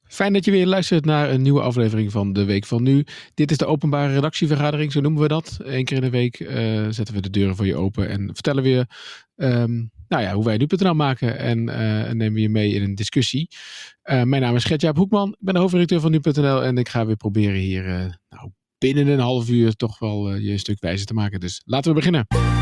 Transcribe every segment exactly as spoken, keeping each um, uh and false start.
Fijn dat je weer luistert naar een nieuwe aflevering van de Week van Nu. Dit is de openbare redactievergadering, zo noemen we dat. Eén keer in de week uh, zetten we de deuren voor je open en vertellen we je um, nou ja, hoe wij nu.nl maken. En uh, nemen we je mee in een discussie. Uh, mijn naam is Gert-Jaap Hoekman, ik ben de hoofdredacteur van nu.nl en ik ga weer proberen hier uh, nou, binnen een half uur toch wel uh, je een stuk wijzer te maken. Dus laten we beginnen.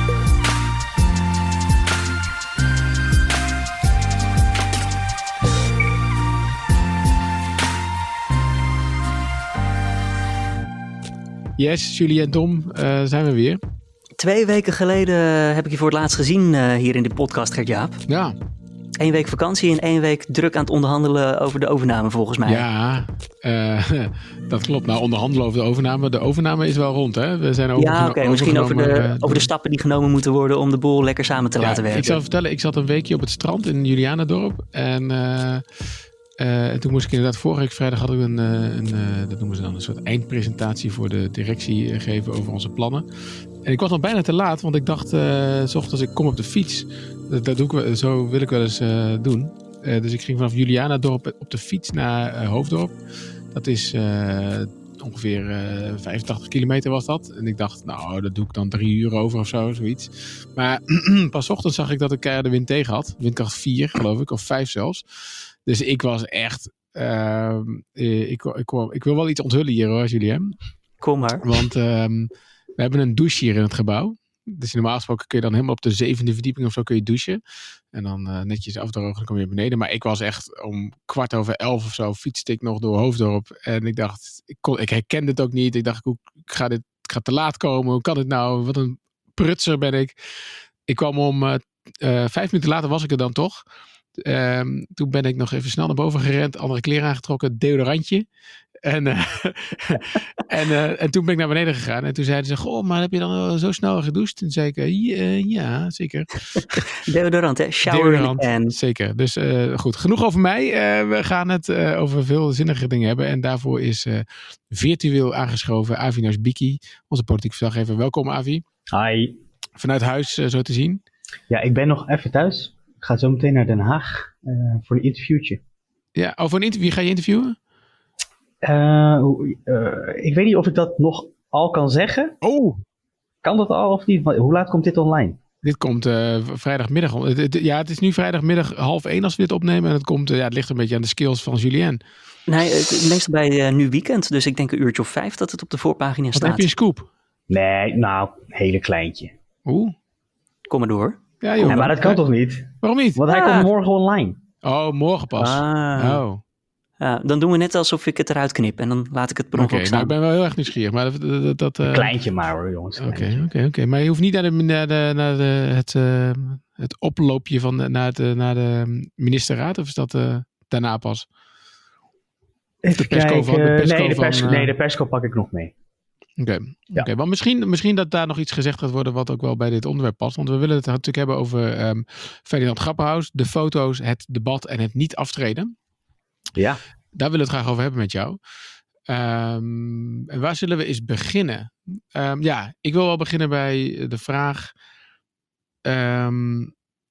Yes, Julie en Tom, uh, zijn we weer. Twee weken geleden heb ik je voor het laatst gezien uh, hier in de podcast, Gert-Jaap. Ja. Eén week vakantie en één week druk aan het onderhandelen over de overname, volgens mij. Ja, uh, dat klopt. Nou, onderhandelen over de overname. De overname is wel rond, hè? We zijn overgeno- ja, oké. Okay. Misschien over de, uh, over de stappen die genomen moeten worden om de boel lekker samen te ja, laten werken. Ik zal vertellen, ik zat een weekje op het strand in Julianadorp. En... Uh, Uh, en toen moest ik inderdaad, vorige week vrijdag hadden we een, uh, een uh, dat noemen ze dan een soort eindpresentatie voor de directie uh, geven over onze plannen. En ik was nog bijna te laat, want ik dacht, uh, 's ochtends ik kom op de fiets. Dat, dat doe ik, zo wil ik wel eens uh, doen. Uh, dus ik ging vanaf Julianadorp op de fiets naar uh, Hoofddorp. Dat is uh, ongeveer uh, vijfentachtig kilometer was dat. En ik dacht, nou, dat doe ik dan drie uur over of zo, zoiets. Maar pas ochtends zag ik dat ik de wind tegen had. Windkracht vier, geloof ik, of vijf zelfs. Dus ik was echt... Uh, ik, ik, ik, ik wil wel iets onthullen hier hoor, Julien. Kom maar. Want um, we hebben een douche hier in het gebouw. Dus normaal gesproken kun je dan helemaal op de zevende verdieping of zo kun je douchen. En dan uh, netjes afdrogen, dan kom je beneden. Maar ik was echt om kwart over elf of zo fietste ik nog door Hoofddorp. En ik dacht, ik, kon, ik herkende het ook niet. Ik dacht, hoe, ik, ga dit, ik ga te laat komen. Hoe kan dit nou? Wat een prutser ben ik. Ik kwam om... Uh, uh, vijf minuten later was ik er dan toch... Um, toen ben ik nog even snel naar boven gerend, andere kleren aangetrokken, deodorantje. En, uh, en, uh, en toen ben ik naar beneden gegaan. En toen zeiden ze, goh, maar heb je dan zo snel gedoucht? En zei ik, uh, ja, zeker. Deodorant, hè? Shower Deodorant, en... zeker. Dus uh, goed, genoeg over mij. Uh, we gaan het uh, over veel zinnige dingen hebben. En daarvoor is uh, virtueel aangeschoven Avi Narsbiki, onze politiek verslaggever. Welkom, Avi. Hi. Vanuit huis, uh, zo te zien. Ja, ik ben nog even thuis. Ik ga zo meteen naar Den Haag uh, voor een interviewtje. Ja, oh, voor een interview. Wie ga je interviewen? Uh, uh, ik weet niet of ik dat nog al kan zeggen. Oh! Kan dat al of niet? Hoe laat komt dit online? Dit komt uh, vrijdagmiddag. Ja, het is nu vrijdagmiddag half één als we dit opnemen. En het, komt, uh, ja, het ligt een beetje aan de skills van Julien. Nee, meestal bij uh, Nu Weekend. Dus ik denk een uurtje of vijf dat het op de voorpagina Wat staat. Heb je een scoop? Nee, nou, een hele kleintje. Oeh. Kom maar door. Ja, joh, ja, maar dat kan ja. toch niet? Waarom niet? Want hij ah. komt morgen online. Oh, morgen pas. Ah. Oh. Ja, dan doen we net alsof ik het eruit knip en dan laat ik het per ongeluk okay, staan. Nou, ik ben wel heel erg nieuwsgierig. Maar dat, dat, dat, uh... Een kleintje maar hoor, jongens. Oké, okay, oké, okay, okay. Maar je hoeft niet naar, de, naar, de, naar de, het, uh, het oploopje van de, naar, de, naar de ministerraad, of is dat uh, daarna pas? Even de persco van, de persco nee, de pers, van, uh... nee, de persco pak ik nog mee. Oké, okay. ja. okay, maar misschien, misschien dat daar nog iets gezegd gaat worden wat ook wel bij dit onderwerp past. Want we willen het natuurlijk hebben over um, Ferdinand Grapperhaus, de foto's, het debat en het niet aftreden. Ja. Daar willen we het graag over hebben met jou. Um, en waar zullen we eens beginnen? Um, ja, ik wil wel beginnen bij de vraag... Um,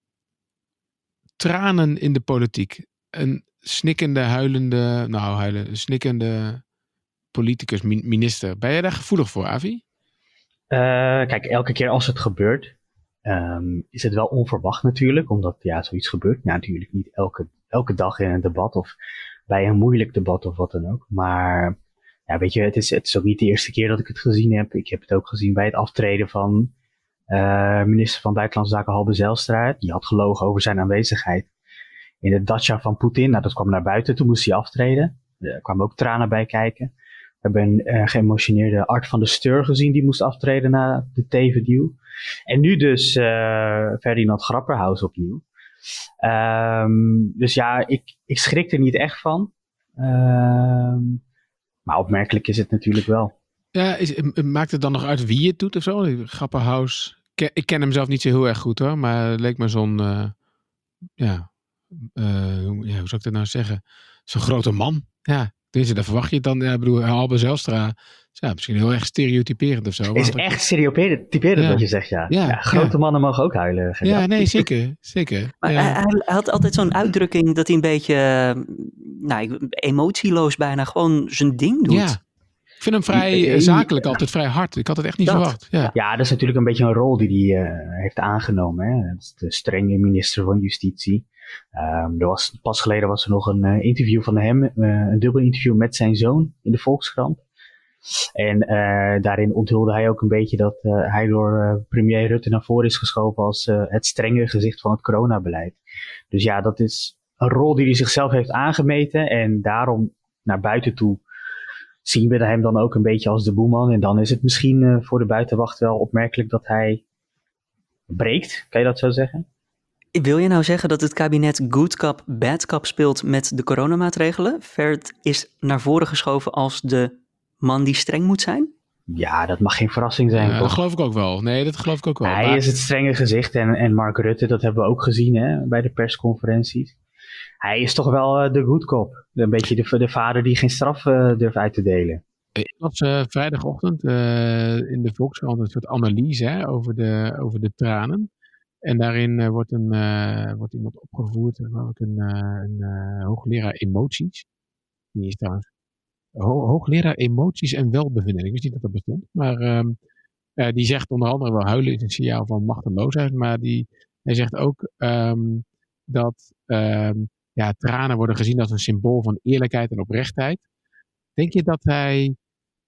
tranen in de politiek. Een snikkende, huilende... Nou, huilende, een snikkende... politicus, minister. Ben jij daar gevoelig voor, Avi? Uh, kijk, elke keer als het gebeurt, um, is het wel onverwacht natuurlijk, omdat ja, zoiets gebeurt. Nou, natuurlijk niet elke, elke dag in een debat of bij een moeilijk debat of wat dan ook. Maar ja, weet je, het is, het is ook niet de eerste keer dat ik het gezien heb. Ik heb het ook gezien bij het aftreden van uh, minister van Buitenlandse Zaken Halbe Zijlstra. Die had gelogen over zijn aanwezigheid in de dacha van Poetin. Nou, dat kwam naar buiten, toen moest hij aftreden. Er kwamen ook tranen bij kijken. We hebben een uh, geëmotioneerde Art van de Steur gezien, die moest aftreden na de Teven-deal. En nu dus uh, Ferdinand Grapperhaus opnieuw. Um, dus ja, ik, ik schrik er niet echt van. Um, maar opmerkelijk is het natuurlijk wel. Ja, is, maakt het dan nog uit wie het doet of zo? Grapperhaus, ik ken hem zelf niet zo heel erg goed hoor, maar het leek me zo'n, uh, ja, uh, ja, hoe zou ik dat nou zeggen? Zo'n grote man, ja. Dus daar verwacht je het dan. Ja, ik bedoel, Halbe Zijlstra Ja, misschien heel erg stereotyperend of zo. Is maar echt stereotyperend ja. wat je zegt, ja. Ja, ja grote ja. mannen mogen ook huilen. Ja, ja nee, zeker. zeker. Maar ja. hij, hij had altijd zo'n uitdrukking dat hij een beetje, nou, emotieloos bijna gewoon zijn ding doet. Ja. Ik vind hem vrij uh, zakelijk altijd vrij hard. Ik had het echt niet dat. verwacht. Ja. ja, dat is natuurlijk een beetje een rol die hij uh, heeft aangenomen. Hè. Dat is de strenge minister van Justitie. Um, er was, pas geleden was er nog een uh, interview van hem, uh, een dubbel interview met zijn zoon in de Volkskrant. En uh, daarin onthulde hij ook een beetje dat uh, hij door uh, premier Rutte naar voren is geschoven als uh, het strenge gezicht van het coronabeleid. Dus ja, dat is een rol die hij zichzelf heeft aangemeten en daarom naar buiten toe zien we hem dan ook een beetje als de boeman. En dan is het misschien uh, voor de buitenwacht wel opmerkelijk dat hij breekt. Kan je dat zo zeggen? Wil je nou zeggen dat het kabinet good cop, bad cop speelt met de coronamaatregelen? Vert is naar voren geschoven als de man die streng moet zijn? Ja, dat mag geen verrassing zijn, uh, toch? Dat geloof ik ook wel. Nee, dat geloof ik ook wel. Hij maar... is het strenge gezicht en, en Mark Rutte, dat hebben we ook gezien hè, bij de persconferenties. Hij is toch wel uh, de good cop. Een beetje de, de vader die geen straf uh, durft uit te delen. Ik was uh, vrijdagochtend uh, in de Volkskrant een soort analyse hè, over, de, over de tranen. En daarin uh, wordt, een, uh, wordt iemand opgevoerd, geloof ik, een, uh, een uh, hoogleraar emoties. Die is trouwens ho- hoogleraar emoties en welbevinden. Ik wist niet dat dat bestond. Maar um, uh, die zegt onder andere wel huilen is een signaal van machteloosheid. Maar die, hij zegt ook um, dat um, ja, tranen worden gezien als een symbool van eerlijkheid en oprechtheid. Denk je dat hij,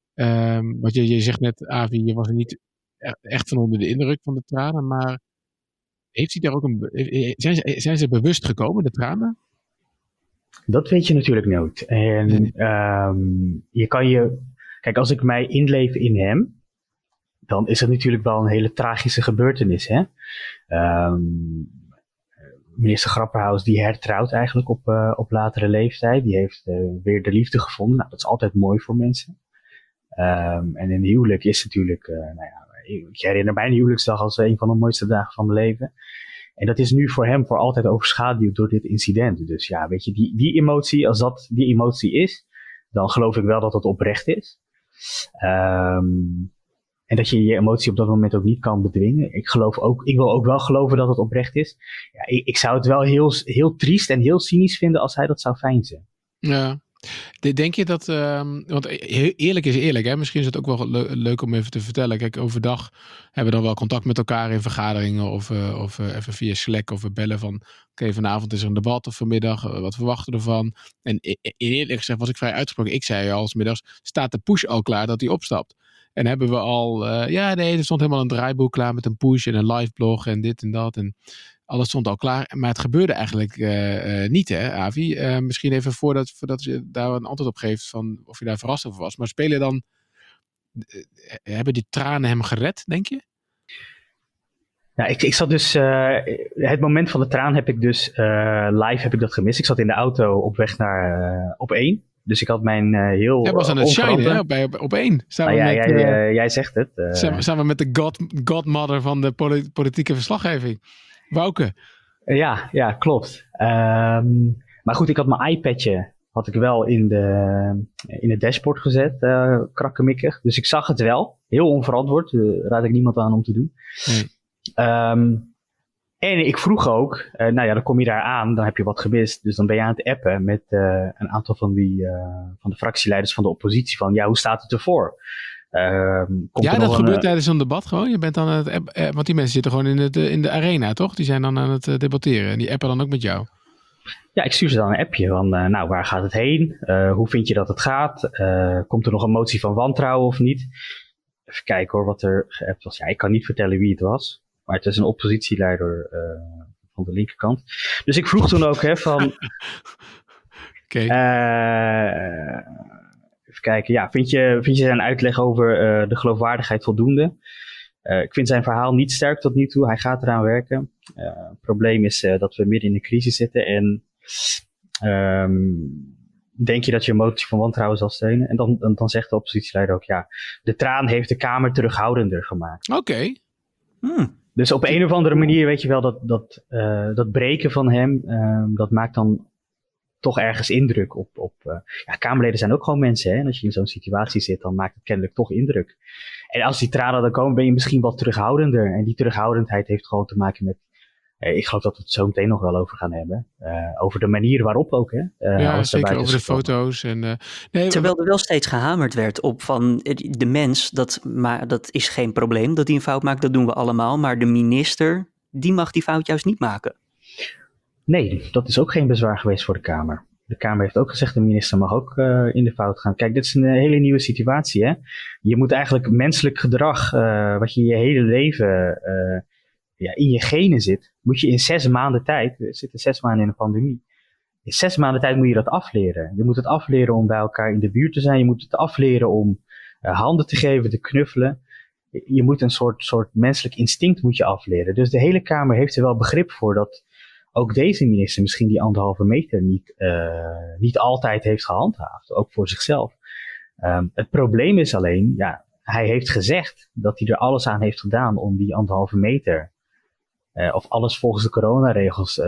um, wat je, je zegt net, Avi, je was er niet echt van onder de indruk van de tranen, maar heeft hij daar ook een, zijn ze, zijn ze bewust gekomen, de tranen? Dat weet je natuurlijk nooit. En nee. um, je kan je, kijk, als ik mij inleef in hem, dan is het natuurlijk wel een hele tragische gebeurtenis, hè. Um, minister Grapperhaus, die hertrouwt eigenlijk op, uh, op latere leeftijd. Die heeft uh, weer de liefde gevonden. Nou, dat is altijd mooi voor mensen. Um, en een huwelijk is natuurlijk, uh, nou ja, ik herinner mijn huwelijksdag als een van de mooiste dagen van mijn leven. En dat is nu voor hem voor altijd overschaduwd door dit incident. Dus ja, weet je, die, die emotie, als dat die emotie is, dan geloof ik wel dat het oprecht is. Um, en dat je je emotie op dat moment ook niet kan bedwingen. Ik geloof ook, ik wil ook wel geloven dat het oprecht is. Ja, ik, ik zou het wel heel, heel triest en heel cynisch vinden als hij dat zou veinzen. Ja. Denk je dat, um, want eerlijk is eerlijk, hè? Misschien is het ook wel le- leuk om even te vertellen. Kijk, overdag hebben we dan wel contact met elkaar in vergaderingen of, uh, of uh, even via Slack of we bellen van, oké, okay, vanavond is er een debat of vanmiddag, uh, wat verwachten we ervan? En eerlijk gezegd was ik vrij uitgesproken. Ik zei al, 's middags staat de push al klaar dat hij opstapt. En hebben we al, uh, ja nee, er stond helemaal een draaiboek klaar met een push en een live blog en dit en dat en alles stond al klaar, maar het gebeurde eigenlijk uh, uh, niet, hè, Avi? Uh, misschien even voordat, voordat je daar een antwoord op geeft van of je daar verrast over was. Maar spelen dan, uh, hebben die tranen hem gered, denk je? Nou, ik, ik zat dus, uh, het moment van de traan heb ik dus uh, live heb ik dat gemist. Ik zat in de auto op weg naar uh, op één. Dus ik had mijn uh, heel... Jij was aan het shinen, hè, bij, op, op één. Nou ja, met, jij, uh, uh, jij zegt het. Uh, samen, samen met de god, godmother van de poli- politieke verslaggeving. Wouke. Ja, ja, klopt. Um, maar goed, ik had mijn iPadje had ik wel in, de, in het dashboard gezet, uh, krakkemikkig. Dus ik zag het wel. Heel onverantwoord. Uh, raad ik niemand aan om te doen. Nee. Um, en ik vroeg ook, uh, nou ja, dan kom je daar aan, dan heb je wat gemist. Dus dan ben je aan het appen met uh, een aantal van, die, uh, van de fractieleiders van de oppositie. Van ja, hoe staat het ervoor? Um, komt ja, dat gebeurt een, tijdens een debat gewoon. Je bent dan aan het, eh, want die mensen zitten gewoon in, het, in de arena, toch? Die zijn dan aan het uh, debatteren. En die appen dan ook met jou. Ja, ik stuur ze dan een appje van, uh, nou, waar gaat het heen? Uh, hoe vind je dat het gaat? Uh, komt er nog een motie van wantrouwen of niet? Even kijken hoor, wat er geappt was. Ja, ik kan niet vertellen wie het was. Maar het is een oppositieleider uh, van de linkerkant. Dus ik vroeg toen ook, hè, van... Oké. Okay. Uh, Even kijken, ja, vind je, vind je zijn uitleg over uh, de geloofwaardigheid voldoende? Uh, ik vind zijn verhaal niet sterk tot nu toe. Hij gaat eraan werken. Uh, het probleem is uh, dat we midden in een crisis zitten. En um, denk je dat je een motie van wantrouwen zal steunen? En dan, dan, dan zegt de oppositieleider ook, ja, de traan heeft de Kamer terughoudender gemaakt. Oké. Okay. Hmm. Dus op een of andere manier weet je wel, dat, dat, uh, dat breken van hem, uh, dat maakt dan toch ergens indruk op... op uh, ja, Kamerleden zijn ook gewoon mensen, hè. En als je in zo'n situatie zit, dan maakt het kennelijk toch indruk. En als die tranen dan komen, ben je misschien wat terughoudender. En die terughoudendheid heeft gewoon te maken met... Uh, ik geloof dat we het zo meteen nog wel over gaan hebben. Uh, over de manier waarop ook, hè. Uh, ja, zeker over de foto's. En, uh, nee, Terwijl er wel steeds gehamerd werd op van de mens, dat, maar dat is geen probleem dat hij een fout maakt, dat doen we allemaal. Maar de minister, die mag die fout juist niet maken. Nee, dat is ook geen bezwaar geweest voor de Kamer. De Kamer heeft ook gezegd, de minister mag ook uh, in de fout gaan. Kijk, dit is een hele nieuwe situatie, hè. Je moet eigenlijk menselijk gedrag, uh, wat je je hele leven uh, ja, in je genen zit, moet je in zes maanden tijd, we zitten zes maanden in een pandemie, in zes maanden tijd moet je dat afleren. Je moet het afleren om bij elkaar in de buurt te zijn, je moet het afleren om uh, handen te geven, te knuffelen. Je moet een soort, soort menselijk instinct moet je afleren. Dus de hele Kamer heeft er wel begrip voor dat ook deze minister misschien die anderhalve meter niet, uh, niet altijd heeft gehandhaafd. Ook voor zichzelf. Um, het probleem is alleen, ja, hij heeft gezegd dat hij er alles aan heeft gedaan om die anderhalve meter, uh, of alles volgens de coronaregels, uh,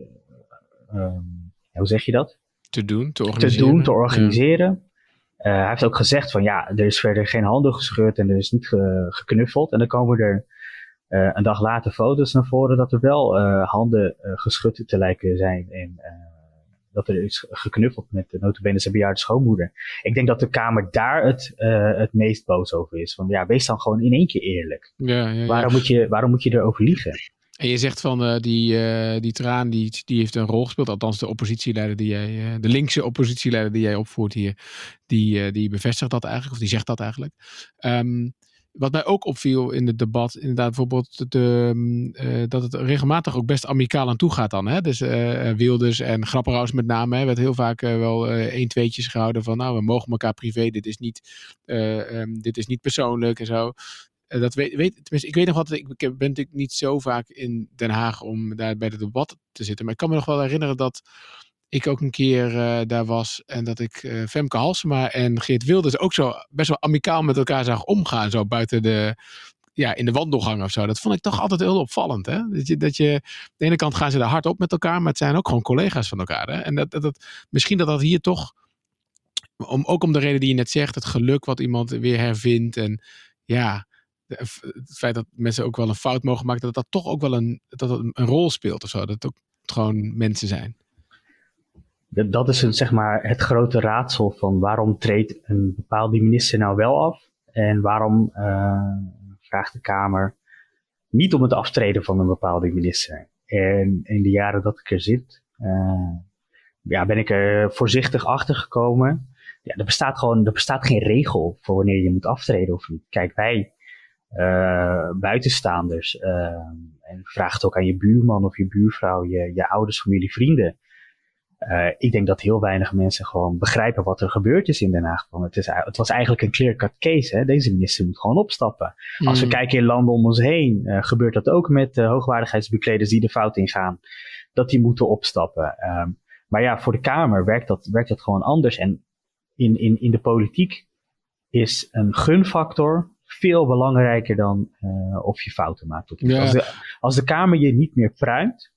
um, hoe zeg je dat? Te doen, te organiseren. Te doen, te organiseren. Ja. Uh, hij heeft ook gezegd van ja, er is verder geen handen gescheurd en er is niet ge, geknuffeld. En dan komen er Uh, een dag later foto's naar voren dat er wel uh, handen uh, geschud te lijken zijn. En uh, dat er is geknuffeld met uh, nota bene zijn bejaarde schoonmoeder. Ik denk dat de Kamer daar het, uh, het meest boos over is. Van ja, wees dan gewoon in één keer eerlijk. Ja, ja, ja. Waarom, moet je, waarom moet je erover liegen? En je zegt van uh, die, uh, die traan die, die heeft een rol gespeeld. Althans de oppositieleider die jij, uh, de linkse oppositieleider die jij opvoert hier, die, uh, die bevestigt dat eigenlijk, of die zegt dat eigenlijk. Um, Wat mij ook opviel in het debat, inderdaad bijvoorbeeld de, uh, dat het regelmatig ook best amicaal aan toe gaat dan. Hè? Dus uh, Wilders en Grapperhaus met name, hè, werd heel vaak uh, wel uh, één tweetjes gehouden van nou, we mogen elkaar privé, dit is niet, uh, um, dit is niet persoonlijk en zo. Uh, dat weet, weet, tenminste, ik weet nog wat, ik ben natuurlijk niet zo vaak in Den Haag om daar bij het debat te zitten, maar ik kan me nog wel herinneren dat ik ook een keer uh, daar was en dat ik uh, Femke Halsema en Geert Wilders ook zo best wel amicaal met elkaar zag omgaan. Zo buiten de, ja, in de wandelgang of zo. Dat vond ik toch altijd heel opvallend. Hè? Dat je, dat je, aan de ene kant gaan ze daar hard op met elkaar, maar het zijn ook gewoon collega's van elkaar. Hè? En dat, dat, dat, misschien dat dat hier toch, om, ook om de reden die je net zegt, het geluk wat iemand weer hervindt en ja, de, het feit dat mensen ook wel een fout mogen maken, dat dat toch ook wel een, dat dat een rol speelt of zo. Dat het ook gewoon mensen zijn. Dat is een, zeg maar, het grote raadsel van waarom treedt een bepaalde minister nou wel af en waarom uh, vraagt de Kamer niet om het aftreden van een bepaalde minister. En in de jaren dat ik er zit, uh, ja, ben ik er voorzichtig achter gekomen. Ja, er bestaat gewoon, er bestaat geen regel voor wanneer je moet aftreden of niet. Kijk, wij uh, buitenstaanders, uh, en vraag het ook aan je buurman of je buurvrouw, je, je ouders, familie, vrienden. Uh, ik denk dat heel weinig mensen gewoon begrijpen wat er gebeurd is in Den Haag. Want het, is, het was eigenlijk een clear-cut case. Hè? Deze minister moet gewoon opstappen. Mm. Als we kijken in landen om ons heen, uh, gebeurt dat ook met uh, hoogwaardigheidsbekleders die de fout ingaan. Dat die moeten opstappen. Um, maar ja, voor de Kamer werkt dat, werkt dat gewoon anders. En in, in, in de politiek is een gunfactor veel belangrijker dan uh, of je fouten maakt. Ja. Als, de, als de Kamer je niet meer pruimt,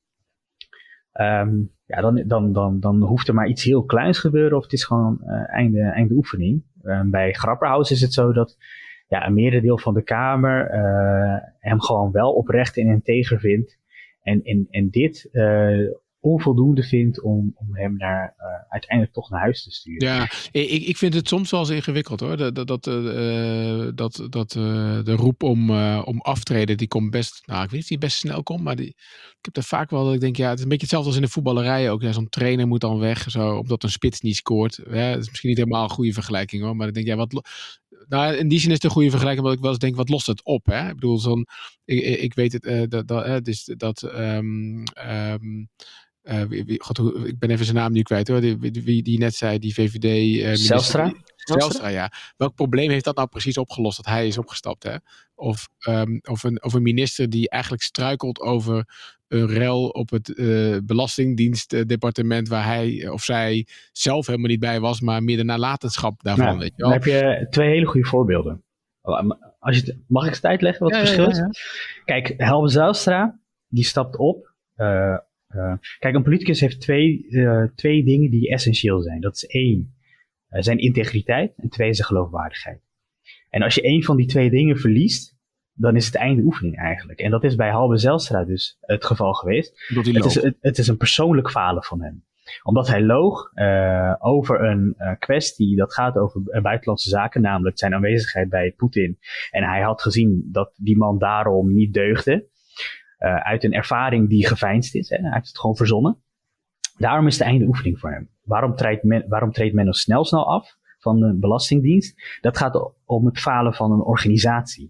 Um, ja, dan, dan, dan, dan hoeft er maar iets heel kleins gebeuren of het is gewoon uh, einde, einde oefening. Um, bij Grapperhaus is het zo dat ja, een merendeel van de Kamer uh, hem gewoon wel oprecht en integer vindt. En, en, en dit uh, onvoldoende vindt om, om hem naar, uh, uiteindelijk toch naar huis te sturen. Ja, ik, ik vind het soms wel eens ingewikkeld hoor. Dat, dat, dat, uh, dat, dat uh, de roep om, uh, om aftreden, die komt best, nou ik weet niet of die best snel komt, maar die, ik heb er vaak wel dat ik denk, ja, het is een beetje hetzelfde als in de voetballerij ook. Ja, zo'n trainer moet dan weg, zo, omdat een spits niet scoort. Ja, dat is misschien niet helemaal een goede vergelijking hoor, maar ik denk, ja, wat... Nou, in die zin is het een goede vergelijking, omdat ik wel eens denk, wat lost het op? Hè? Ik bedoel, zo'n, ik, ik weet het, uh, dat, dat, uh, dus dat um, um, Uh, wie, wie, God, ik ben even zijn naam nu kwijt hoor. Die, wie die net zei, die V V D... Uh, Zijlstra? Zijlstra, ja. Welk probleem heeft dat nou precies opgelost dat hij is opgestapt? Hè? Of, um, of, een, of een minister die eigenlijk struikelt over een rel op het uh, Belastingdienstdepartement waar hij of zij zelf helemaal niet bij was, maar meer de nalatenschap daarvan. Nou, weet je wel? Dan heb je twee hele goede voorbeelden. Als je het, mag ik het uitleggen wat het ja, verschil is? Ja, ja. Kijk, Helbe Zijlstra, die stapt op... Uh, Uh, kijk, een politicus heeft twee, uh, twee dingen die essentieel zijn. Dat is één, uh, zijn integriteit en twee, zijn geloofwaardigheid. En als je één van die twee dingen verliest, dan is het einde oefening eigenlijk. En dat is bij Halbe Zijlstra dus het geval geweest. Het is, het, het is een persoonlijk falen van hem. Omdat hij loog uh, over een uh, kwestie dat gaat over uh, buitenlandse zaken, namelijk zijn aanwezigheid bij Poetin. En hij had gezien dat die man daarom niet deugde. Uh, uit een ervaring die geveinsd is. Hè? Hij heeft het gewoon verzonnen. Daarom is de einde oefening voor hem. Waarom treedt men, waarom treedt men nog snel snel af van de Belastingdienst? Dat gaat om het falen van een organisatie.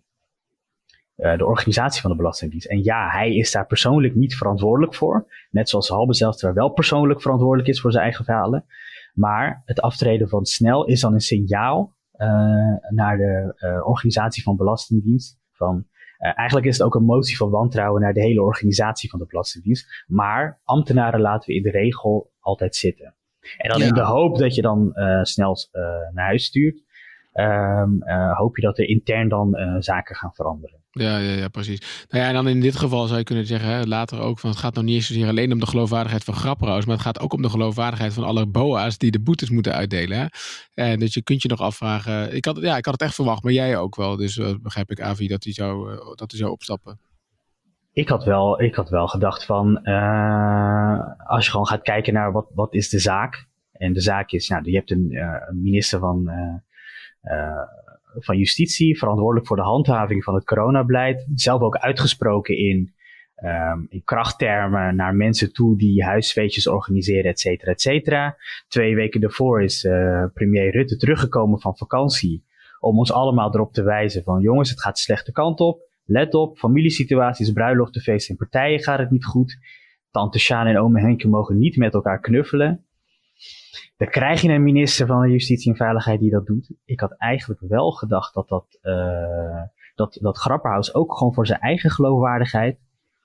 Uh, de organisatie van de Belastingdienst. En ja, hij is daar persoonlijk niet verantwoordelijk voor. Net zoals Halbe Zijlstra wel persoonlijk verantwoordelijk is voor zijn eigen falen. Maar het aftreden van snel is dan een signaal uh, naar de uh, organisatie van Belastingdienst. Van, uh, eigenlijk is het ook een motie van wantrouwen naar de hele organisatie van de Belastingdienst. Maar ambtenaren laten we in de regel altijd zitten. En dan ja. in de hoop dat je dan uh, snel uh, naar huis stuurt. Um, uh, hoop je dat er intern dan uh, zaken gaan veranderen. Ja, ja, ja, precies. Nou ja, en dan in dit geval zou je kunnen zeggen, hè, later ook, van het gaat nog niet eens zozeer alleen om de geloofwaardigheid van Grapperhaus, maar het gaat ook om de geloofwaardigheid van alle B O A's die de boetes moeten uitdelen. Hè? En dus je kunt je nog afvragen, ik had, ja, ik had het echt verwacht, maar jij ook wel. Dus uh, begrijp ik, Avi, dat hij zou, uh, dat hij zou opstappen. Ik had wel, ik had wel gedacht van, uh, als je gewoon gaat kijken naar wat, wat is de zaak. En de zaak is, nou, je hebt een, uh, een minister van... Uh, Uh, van Justitie, verantwoordelijk voor de handhaving van het coronabeleid. Zelf ook uitgesproken in, um, in krachttermen naar mensen toe die huisfeestjes organiseren, et cetera, et cetera. Twee weken daarvoor is uh, premier Rutte teruggekomen van vakantie om ons allemaal erop te wijzen van jongens, het gaat de slechte kant op. Let op, familiesituaties, bruiloften, feesten en partijen gaat het niet goed. Tante Sjaan en ome Henke mogen niet met elkaar knuffelen. Dan krijg je een minister van Justitie en Veiligheid die dat doet. Ik had eigenlijk wel gedacht dat dat, uh, dat, dat Grapperhaus ook gewoon voor zijn eigen geloofwaardigheid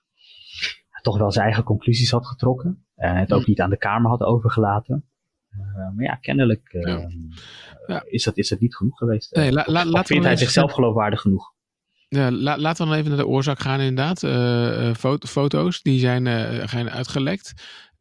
toch wel zijn eigen conclusies had getrokken. En het ook niet aan de Kamer had overgelaten. Uh, maar ja, kennelijk uh, ja. Ja. Is, dat, is dat niet genoeg geweest. Nee, la, la, of, of vindt hij zichzelf geloofwaardig genoeg? Ja, la, laten we dan even naar de oorzaak gaan inderdaad. Uh, foto, foto's die zijn, uh, zijn uitgelekt.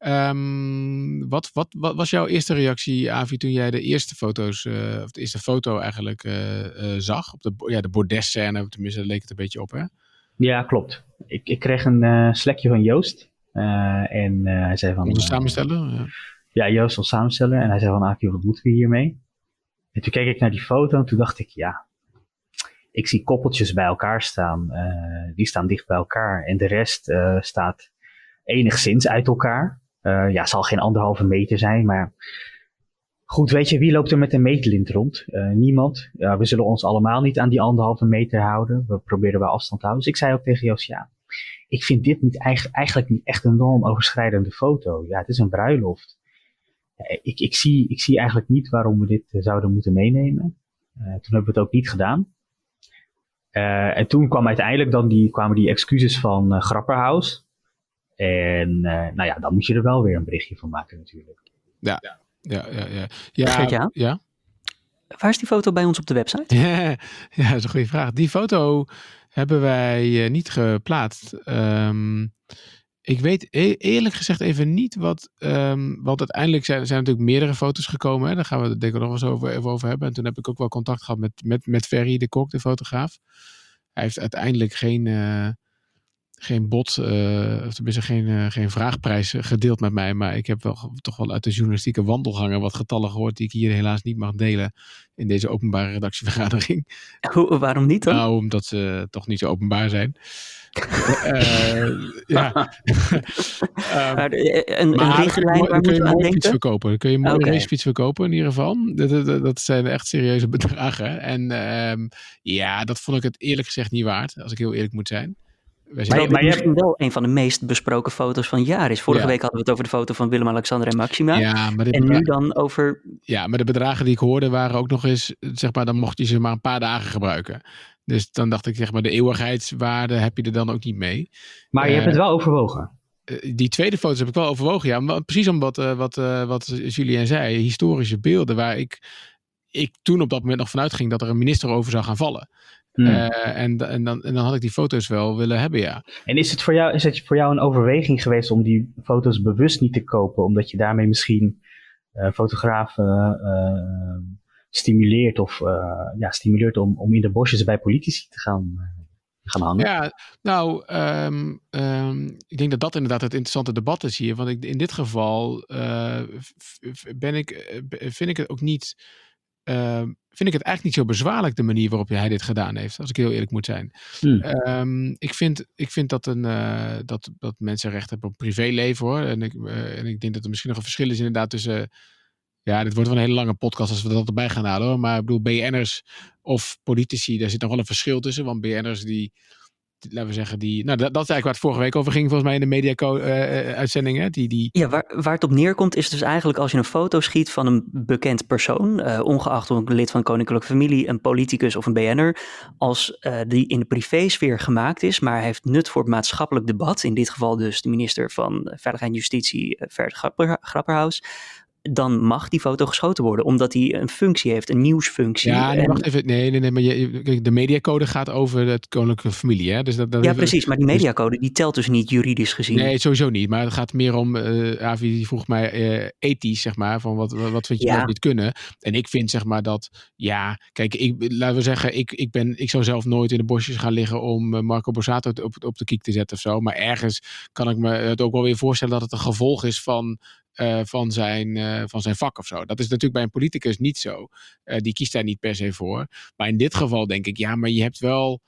Um, wat, wat, wat was jouw eerste reactie, Avi, toen jij de eerste foto's, uh, of de eerste foto eigenlijk uh, uh, zag? Op de, ja, de bordesscène, tenminste, daar leek het een beetje op, hè? Ja, klopt. Ik, ik kreeg een uh, slekje van Joost. Uh, en uh, hij zei van... Onze samensteller? Uh, ja. ja, Joost, onze samensteller. En hij zei van, Avi, wat moeten we hiermee? En toen keek ik naar die foto en toen dacht ik, ja... Ik zie koppeltjes bij elkaar staan. Uh, die staan dicht bij elkaar. En de rest uh, staat enigszins uit elkaar. Uh, ja, zal geen anderhalve meter zijn, maar goed, weet je, wie loopt er met een meetlint rond? Uh, niemand. Uh, we zullen ons allemaal niet aan die anderhalve meter houden. We proberen wel afstand te houden. Dus ik zei ook tegen Joost, ja, ik vind dit niet eigenlijk, eigenlijk niet echt een normoverschrijdende foto. Ja, het is een bruiloft. Ja, ik, ik, zie, ik zie eigenlijk niet waarom we dit uh, zouden moeten meenemen. Uh, toen hebben we het ook niet gedaan. Uh, en toen kwam uiteindelijk dan die, kwamen die excuses van uh, Grapperhaus. En uh, nou ja, dan moet je er wel weer een berichtje van maken natuurlijk. Ja, ja, ja, ja. ja. ja, Gert-Jaap? ja. Waar is die foto bij ons op de website? Ja, ja, dat is een goede vraag. Die foto hebben wij uh, niet geplaatst. Um, ik weet e- eerlijk gezegd even niet wat... Um, want uiteindelijk zijn, zijn natuurlijk meerdere foto's gekomen. Hè? Daar gaan we het denk ik nog wel eens over, even over hebben. En toen heb ik ook wel contact gehad met, met, met Ferry de Kok, de fotograaf. Hij heeft uiteindelijk geen... Uh, geen bod, uh, of tenminste geen, uh, geen vraagprijs gedeeld met mij. Maar ik heb wel, toch wel uit de journalistieke wandelgangen wat getallen gehoord die ik hier helaas niet mag delen in deze openbare redactievergadering. Hoe, waarom niet dan? Nou, omdat ze toch niet zo openbaar zijn. uh, ja. um, maar een, een richtlijn waar kun je moeten we aan denken? Verkopen. Dan kun je een mooie okay. racefiets verkopen in ieder geval. Dat, dat, dat zijn echt serieuze bedragen. En um, ja, dat vond ik het eerlijk gezegd niet waard, als ik heel eerlijk moet zijn. Maar, maar je misschien hebt wel een van de meest besproken foto's van het jaar is. Vorige ja. week hadden we het over de foto van Willem-Alexander en Maxima. Ja, maar en nu dan over... Ja, maar de bedragen die ik hoorde waren ook nog eens... zeg maar, dan mocht je ze maar een paar dagen gebruiken. Dus dan dacht ik, zeg maar, de eeuwigheidswaarde heb je er dan ook niet mee. Maar je uh, hebt het wel overwogen. Uh, die tweede foto's heb ik wel overwogen, ja. Maar precies om wat, uh, wat, uh, wat Julien zei. Historische beelden waar ik... ik toen op dat moment nog vanuit ging dat er een minister over zou gaan vallen. Hmm. Uh, en, en, dan, en dan had ik die foto's wel willen hebben, ja. En is het voor jou, is het voor jou een overweging geweest om die foto's bewust niet te kopen, omdat je daarmee misschien uh, fotografen uh, stimuleert of uh, ja, stimuleert om, om in de bosjes bij politici te gaan, uh, gaan hangen? Ja, nou, um, um, ik denk dat dat inderdaad het interessante debat is hier. Want ik, in dit geval uh, ben ik, vind ik het ook niet... Uh, vind ik het eigenlijk niet zo bezwaarlijk de manier waarop hij dit gedaan heeft, als ik heel eerlijk moet zijn. Hmm. Um, ik, vind, ik vind dat, een, uh, dat, dat mensen recht hebben op privéleven, hoor. En ik, uh, en ik denk dat er misschien nog een verschil is inderdaad tussen... Uh, ja, dit wordt wel een hele lange podcast als we dat erbij gaan halen, hoor. Maar ik bedoel, B N'ers of politici, daar zit nog wel een verschil tussen. Want B N'ers die... Laten we zeggen, die. Nou, dat, dat is eigenlijk waar het vorige week over ging, volgens mij in de media-uitzendingen. Uh, die, die... Ja, waar, waar het op neerkomt is dus eigenlijk als je een foto schiet van een bekend persoon, uh, ongeacht of een lid van de koninklijke familie, een politicus of een B N'er, als uh, die in de privésfeer gemaakt is, maar heeft nut voor het maatschappelijk debat, in dit geval dus de minister van Veiligheid en Justitie, uh, Ferd Grapper, Grapperhaus, dan mag die foto geschoten worden, omdat hij een functie heeft, een nieuwsfunctie. Ja, nee, en... wacht even. Nee, nee, nee, maar je, de mediacode gaat over de koninklijke familie, hè? Dus dat, dat ja, is, precies, maar die mediacode, die telt dus niet juridisch gezien. Nee, sowieso niet, maar het gaat meer om, uh, Avi die vroeg mij uh, ethisch, zeg maar, van wat, wat vind je ja. dat dit kunnen? En ik vind, zeg maar, dat, ja, kijk, ik, laten we zeggen, ik, ik, ben, ik zou zelf nooit in de bosjes gaan liggen om Marco Borsato op, op de kiek te zetten of zo, maar ergens kan ik me het ook wel weer voorstellen dat het een gevolg is van Uh, van, zijn, uh, van zijn vak of zo. Dat is natuurlijk bij een politicus niet zo. Uh, die kiest daar niet per se voor. Maar in dit geval denk ik, ja, maar je hebt wel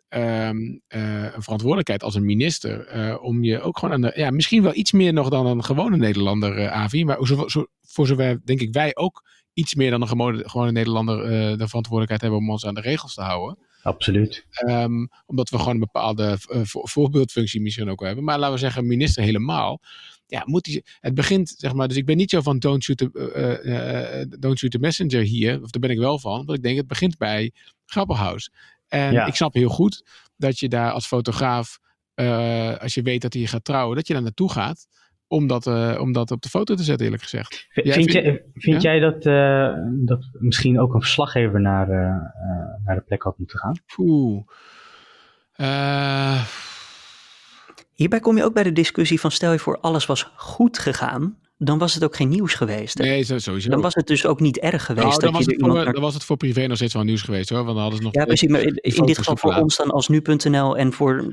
um, uh, een verantwoordelijkheid als een minister uh, om je ook gewoon aan de, ja, misschien wel iets meer nog dan een gewone Nederlander, uh, Avi, maar zo, zo, voor zover denk ik wij ook iets meer dan een gewone, gewone Nederlander uh, de verantwoordelijkheid hebben om ons aan de regels te houden. Absoluut. Um, omdat we gewoon een bepaalde uh, voor, voorbeeldfunctie misschien ook wel hebben. Maar laten we zeggen, minister helemaal. Ja, moet die, het begint, zeg maar, dus ik ben niet zo van don't shoot the, uh, uh, don't shoot the messenger hier, of daar ben ik wel van, want ik denk het begint bij Grapperhaus. En ja. ik snap heel goed dat je daar als fotograaf, uh, als je weet dat hij gaat trouwen, dat je daar naartoe gaat, om dat, uh, om dat op de foto te zetten, eerlijk gezegd. V- vind, vind, jij, vind ja? jij dat, uh, dat misschien ook een verslaggever naar, uh, uh, naar de plek had moeten gaan? Oeh. Uh... Hierbij kom je ook bij de discussie van stel je voor alles was goed gegaan, dan was het ook geen nieuws geweest. Hè? Nee, sowieso. Dan was het dus ook niet erg geweest. Nou, dat dan, was je het voor, naar... dan was het voor privé nog steeds wel nieuws geweest, hoor. Want dan hadden ze nog ja, precies. Maar in, in dit geval voor ons dan als nu punt n l en voor...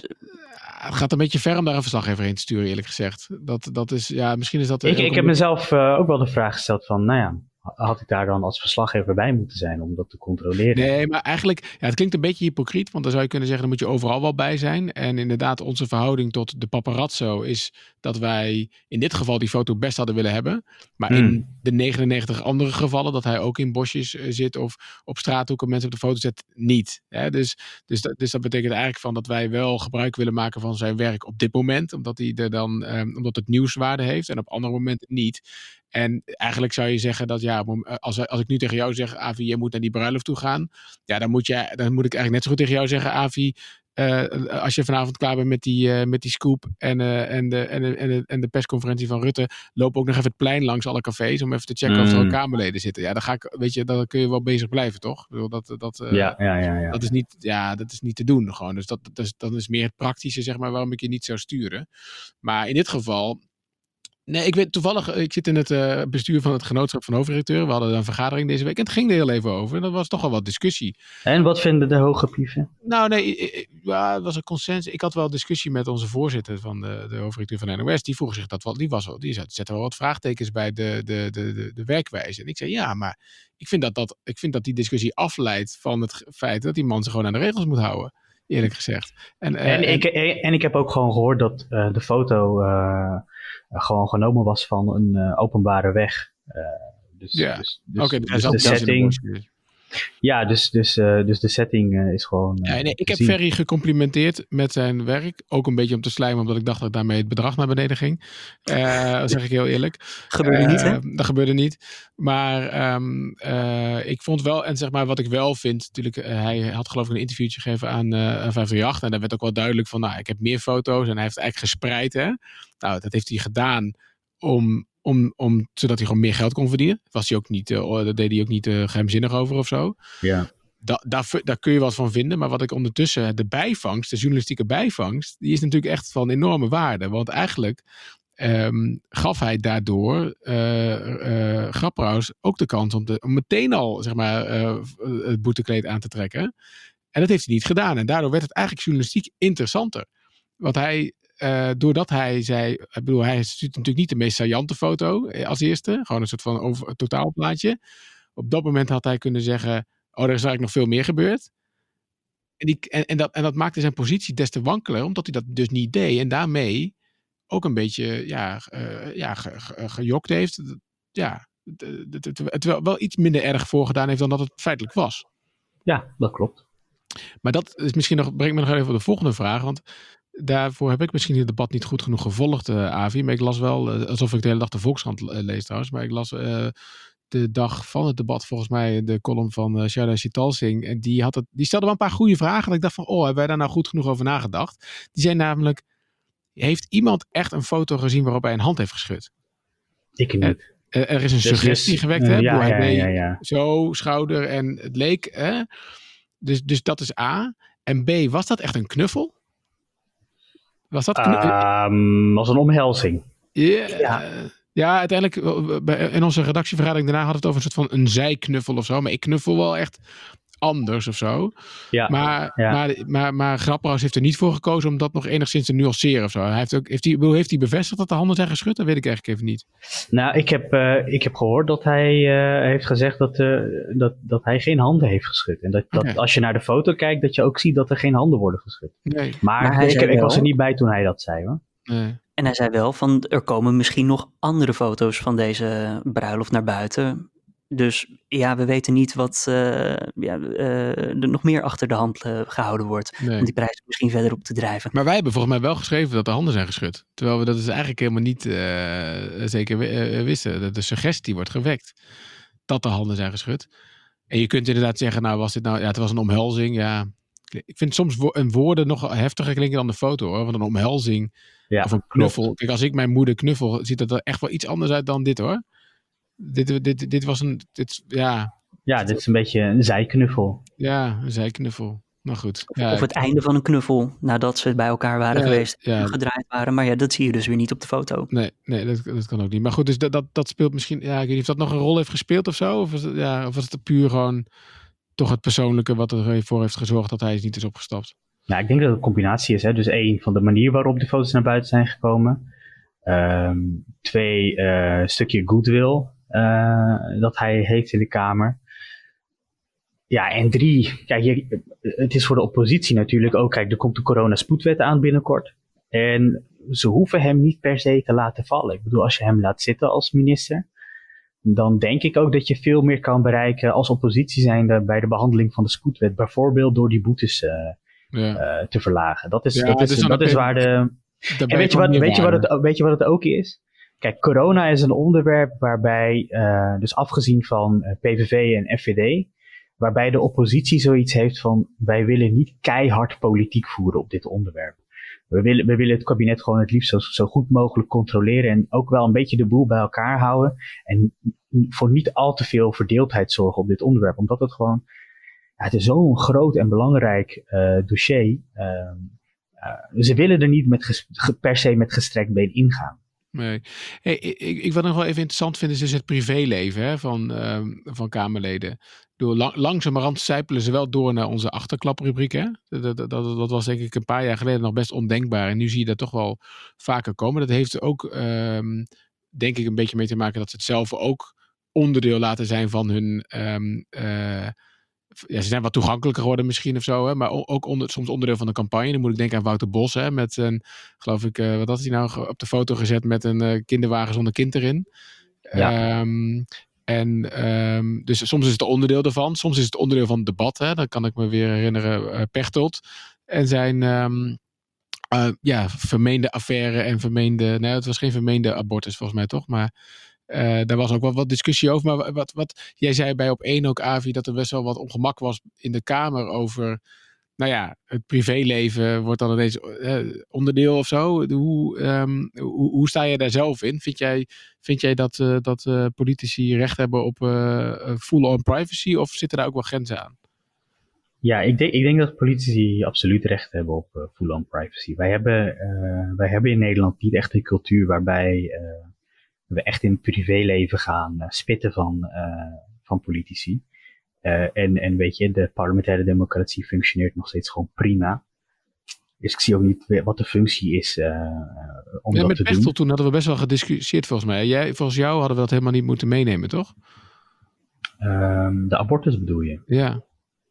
Het gaat een beetje ver om daar een verslaggever heen te sturen, eerlijk gezegd. Dat, dat is, ja, misschien is dat... Ik, ik heb mezelf uh, ook wel de vraag gesteld van, nou ja, had ik daar dan als verslaggever bij moeten zijn om dat te controleren? Nee, maar eigenlijk, ja, het klinkt een beetje hypocriet, want dan zou je kunnen zeggen, dan moet je overal wel bij zijn. En inderdaad, onze verhouding tot de paparazzo is dat wij in dit geval die foto best hadden willen hebben. Maar hmm. in de negenennegentig andere gevallen, dat hij ook in bosjes uh, zit of op straathoeken mensen op de foto zet, niet. Hè? Dus, dus, dat, dus dat betekent eigenlijk van dat wij wel gebruik willen maken van zijn werk op dit moment, omdat, hij er dan, um, omdat het nieuwswaarde heeft en op andere momenten niet. En eigenlijk zou je zeggen dat ja, als, als ik nu tegen jou zeg, Avi, je moet naar die bruiloft toe gaan. Ja, dan moet, je, dan moet ik eigenlijk net zo goed tegen jou zeggen, Avi, uh, als je vanavond klaar bent met die, uh, met die scoop en, uh, en, de, en, de, en, de, en de persconferentie van Rutte, loop ook nog even het plein langs alle cafés om even te checken mm. of er ook Kamerleden zitten. Ja, dan ga ik, weet je, dan kun je wel bezig blijven, toch? Ik bedoel, dat, dat, uh, ja, ja, ja, ja. dat is niet, ja, dat is niet te doen gewoon. Dus dat, dat, is, dat is meer het praktische, zeg maar, waarom ik je niet zou sturen. Maar in dit geval... Nee, ik weet toevallig, ik zit in het uh, bestuur van het Genootschap van Hoofdredacteuren. We hadden een vergadering deze week en het ging er heel even over. En dat was toch wel wat discussie. En wat vinden de hoge pieven? Nou nee, ja, het was een consensus. Ik had wel discussie met onze voorzitter van de, de hoofdredacteur van N O S. Die vroeg zich dat wel, die was wel, die zette wel wat vraagtekens bij de, de, de, de, de werkwijze. En ik zei ja, maar ik vind dat, dat, ik vind dat die discussie afleidt van het feit dat die man zich gewoon aan de regels moet houden. Eerlijk gezegd. En, uh, en, ik, en ik heb ook gewoon gehoord dat uh, de foto uh, gewoon genomen was van een uh, openbare weg. Uh, dus, ja, dus, dus, oké. Dus, dus de setting... Ja, dus, dus, uh, dus de setting uh, is gewoon... Uh, ja, nee, ik heb zien. Ferry gecomplimenteerd met zijn werk. Ook een beetje om te slijmen, omdat ik dacht dat daarmee het bedrag naar beneden ging. Uh, dat zeg ik heel eerlijk. Gebeurde uh, niet, hè? Dat gebeurde niet. Maar um, uh, ik vond wel, en zeg maar wat ik wel vind, natuurlijk, uh, hij had geloof ik een interviewtje gegeven aan, uh, aan vijf drie acht. En daar werd ook wel duidelijk van, nou, ik heb meer foto's. En hij heeft eigenlijk gespreid, hè. Nou, dat heeft hij gedaan om... Om, om, zodat hij gewoon meer geld kon verdienen. Was hij ook niet, uh, dat deed hij ook niet uh, geheimzinnig over of zo. Ja. da, daar, daar kun je wat van vinden. Maar wat ik ondertussen, de bijvangst, de journalistieke bijvangst, die is natuurlijk echt van enorme waarde. Want eigenlijk um, gaf hij daardoor uh, uh, Grapperhaus ook de kans om, te, om meteen al zeg maar, uh, het boetekleed aan te trekken. En dat heeft hij niet gedaan. En daardoor werd het eigenlijk journalistiek interessanter. Want hij, uh, doordat hij zei, ik bedoel, hij stuurt natuurlijk niet de meest saillante foto als eerste. Gewoon een soort van over, totaalplaatje. Op dat moment had hij kunnen zeggen, oh, er is eigenlijk nog veel meer gebeurd. En, die, en, en, dat, en dat maakte zijn positie des te wankeler, omdat hij dat dus niet deed. En daarmee ook een beetje ja, uh, ja, ge, ge, gejokt heeft. Ja, het, het, het wel, wel iets minder erg voorgedaan heeft dan dat het feitelijk was. Ja, dat klopt. Maar dat is misschien nog, brengt me nog even op de volgende vraag. Want daarvoor heb ik misschien het debat niet goed genoeg gevolgd, uh, Avi. Maar ik las wel, uh, alsof ik de hele dag de Volkskrant uh, lees trouwens. Maar ik las uh, de dag van het debat volgens mij de column van uh, Sharda Sitalsingh. En die, had het, die stelde wel een paar goede vragen. En ik dacht van, oh, hebben wij daar nou goed genoeg over nagedacht? Die zei namelijk, heeft iemand echt een foto gezien waarop hij een hand heeft geschud? Ik niet. Er, er is een dus suggestie dus, gewekt. Hè? Ja, hij ja, deed ja, ja. zo, schouder en het leek. Hè? Dus, dus dat is A. En B, was dat echt een knuffel? Was dat knuffel? Um, was een omhelzing. Yeah. Ja. Ja, uiteindelijk in onze redactievergadering daarna had het over een soort van een zijknuffel of zo. Maar ik knuffel wel echt anders of zo. Ja, maar, ja. maar, maar, maar Grapperhaus heeft er niet voor gekozen om dat nog enigszins te nuanceren of zo. Hij heeft, ook, heeft, hij, heeft hij bevestigd dat de handen zijn geschud? Dat weet ik eigenlijk even niet. Nou, ik heb, uh, ik heb gehoord dat hij uh, heeft gezegd dat, uh, dat, dat hij geen handen heeft geschud. En dat, dat okay. als je naar de foto kijkt, dat je ook ziet dat er geen handen worden geschud. Nee. Maar, maar ik, ik was er niet bij toen hij dat zei, hoor. Nee. En hij zei wel van, er komen misschien nog andere foto's van deze bruiloft naar buiten. Dus ja, we weten niet wat uh, ja, uh, er nog meer achter de hand uh, gehouden wordt. Nee. Om die prijs misschien verder op te drijven. Maar wij hebben volgens mij wel geschreven dat de handen zijn geschud. Terwijl we dat dus eigenlijk helemaal niet uh, zeker uh, wisten. Dat de suggestie wordt gewekt dat de handen zijn geschud. En je kunt inderdaad zeggen, nou was dit nou, ja, het was een omhelzing. Ja, ik vind soms wo- een woorden nog heftiger klinken dan de foto, hoor. Want een omhelzing ja, of een knuffel. Klopt. Kijk, als ik mijn moeder knuffel, ziet dat er echt wel iets anders uit dan dit, hoor. Dit, dit, dit was een, dit, ja. Ja, dit is een beetje een zijknuffel. Ja, een zijknuffel. Nou goed. Of, ja, of het ik... einde van een knuffel, nadat ze bij elkaar waren ja, geweest en ja. gedraaid waren. Maar ja, dat zie je dus weer niet op de foto. Nee, nee dat, dat kan ook niet. Maar goed, dus dat, dat, dat speelt misschien, ja, ik weet niet of dat nog een rol heeft gespeeld of zo. Of was het, ja, of was het puur gewoon toch het persoonlijke wat ervoor heeft gezorgd dat hij niet is opgestapt? Nou, ik denk dat het een combinatie is. Hè? Dus één, van de manier waarop de foto's naar buiten zijn gekomen. Um, twee, uh, een stukje goodwill uh, dat hij heeft in de Kamer. Ja, en drie, kijk, je, het is voor de oppositie natuurlijk ook, kijk, er komt de coronaspoedwet aan binnenkort. En ze hoeven hem niet per se te laten vallen. Ik bedoel, als je hem laat zitten als minister, dan denk ik ook dat je veel meer kan bereiken als oppositie zijnde bij de behandeling van de spoedwet. Bijvoorbeeld door die boetes uh, ja. uh, te verlagen. Dat is, ja, dat is, dus dat is waar de... En weet je, wat, weet, je wat het, weet je wat het ook is? Kijk, corona is een onderwerp waarbij, uh, dus afgezien van uh, P V V en F V D, waarbij de oppositie zoiets heeft van, wij willen niet keihard politiek voeren op dit onderwerp. We willen, we willen het kabinet gewoon het liefst zo, zo goed mogelijk controleren en ook wel een beetje de boel bij elkaar houden. En voor niet al te veel verdeeldheid zorgen op dit onderwerp. Omdat het gewoon, ja, het is zo'n groot en belangrijk uh, dossier. Uh, uh, ze willen er niet met ges, per se met gestrekt been ingaan. Nee. Hey, ik, ik wat nog wel even interessant vind is dus het privéleven hè, van, uh, van Kamerleden. Door lang, langzamerhand sijpelen ze wel door naar onze achterklaprubriek. Hè? Dat, dat, dat, dat was denk ik een paar jaar geleden nog best ondenkbaar. En nu zie je dat toch wel vaker komen. Dat heeft er ook um, denk ik een beetje mee te maken dat ze het zelf ook onderdeel laten zijn van hun... Um, uh, ja, ze zijn wat toegankelijker geworden misschien of zo. Hè? Maar ook onder, soms onderdeel van de campagne. Dan moet ik denken aan Wouter Bos. Hè? Met een, geloof ik, uh, wat had hij nou op de foto gezet met een uh, kinderwagen zonder kind erin. Ja. Um, En um, dus soms is het onderdeel ervan. Soms is het onderdeel van het debat. Hè. Dan kan ik me weer herinneren uh, Pechtold. En zijn um, uh, ja, vermeende affaire en vermeende... Nee, het was geen vermeende abortus volgens mij toch. Maar uh, daar was ook wel wat discussie over. Maar wat, wat jij zei bij Op één ook, Avi, dat er best wel wat ongemak was in de Kamer over... Nou ja, het privéleven wordt dan ineens uh, onderdeel of zo. Hoe, um, hoe, hoe sta je daar zelf in? Vind jij, vind jij dat, uh, dat uh, politici recht hebben op uh, full-on privacy? Of zitten daar ook wel grenzen aan? Ja, ik denk, ik denk dat politici absoluut recht hebben op uh, full-on privacy. Wij hebben, uh, wij hebben in Nederland niet echt een cultuur waarbij uh, we echt in het privéleven gaan uh, spitten van, uh, van politici. Uh, en, en weet je, de parlementaire democratie functioneert nog steeds gewoon prima. Dus ik zie ook niet wat de functie is uh, om ja, dat met te Pechtold doen. toen hadden we best wel gediscussieerd volgens mij. Jij, volgens jou hadden we dat helemaal niet moeten meenemen, toch? Um, de abortus bedoel je? Ja.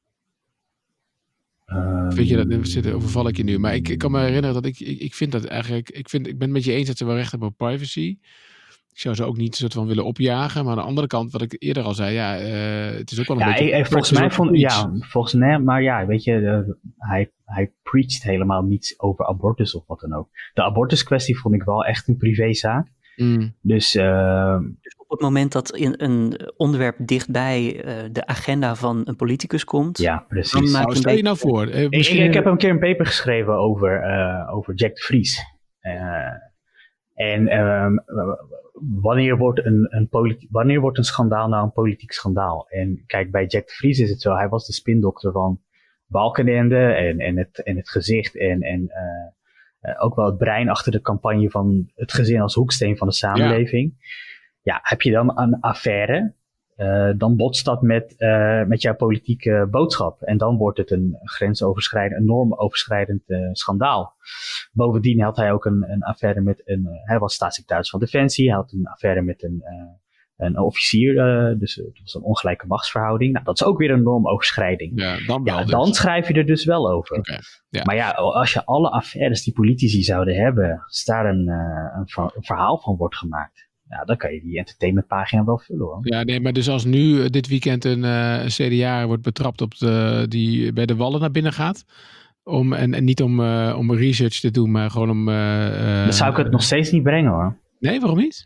Um, Vind je dat, zitten, overval ik je nu. Maar ik, ik kan me herinneren dat ik, ik, ik vind dat eigenlijk, ik, vind, ik ben het met je eens dat ze wel recht hebben op privacy. Ik zou ze ook niet soort van willen opjagen. Maar aan de andere kant, wat ik eerder al zei, ja, uh, het is ook wel een ja, beetje... Ik, volgens mij vond, ja, volgens mij, maar ja, weet je, uh, hij, hij preacht helemaal niets over abortus of wat dan ook. De abortuskwestie vond ik wel echt een privézaak. Mm. Dus, uh, dus op het moment dat in een onderwerp dichtbij uh, de agenda van een politicus komt... Ja, precies. Nou, stel je nou voor... Uh, ik, ik, ik heb een keer een paper geschreven over, uh, over Jack de Vries. Uh, en um, wanneer, wordt een, een politi- wanneer wordt een schandaal nou een politiek schandaal? En kijk, bij Jack de Vries is het zo, hij was de spindokter van Balkenende en, en, het, en het gezicht en... en uh, Uh, ook wel het brein achter de campagne van het gezin als hoeksteen van de samenleving. Ja, ja heb je dan een affaire, uh, dan botst dat met, uh, met jouw politieke boodschap. En dan wordt het een grensoverschrijdend, een normoverschrijdend uh, schandaal. Bovendien had hij ook een, een affaire met een, uh, hij was staatssecretaris van Defensie, hij had een affaire met een, uh, een officier, uh, dus het was een ongelijke machtsverhouding. Nou, dat is ook weer een normoverschrijding. Ja, dan wel ja, dus. Dan schrijf je er dus wel over. Okay, ja. Maar ja, als je alle affaires die politici zouden hebben, als daar een, uh, een, ver- een verhaal van wordt gemaakt, ja, dan kan je die entertainmentpagina wel vullen, hoor. Ja, nee, maar dus als nu dit weekend een, uh, een C D A wordt betrapt op de, die bij de Wallen naar binnen gaat, om, en, en niet om, uh, om research te doen, maar gewoon om... Uh, uh, dan zou ik het nog steeds niet brengen, hoor. Nee, waarom niet?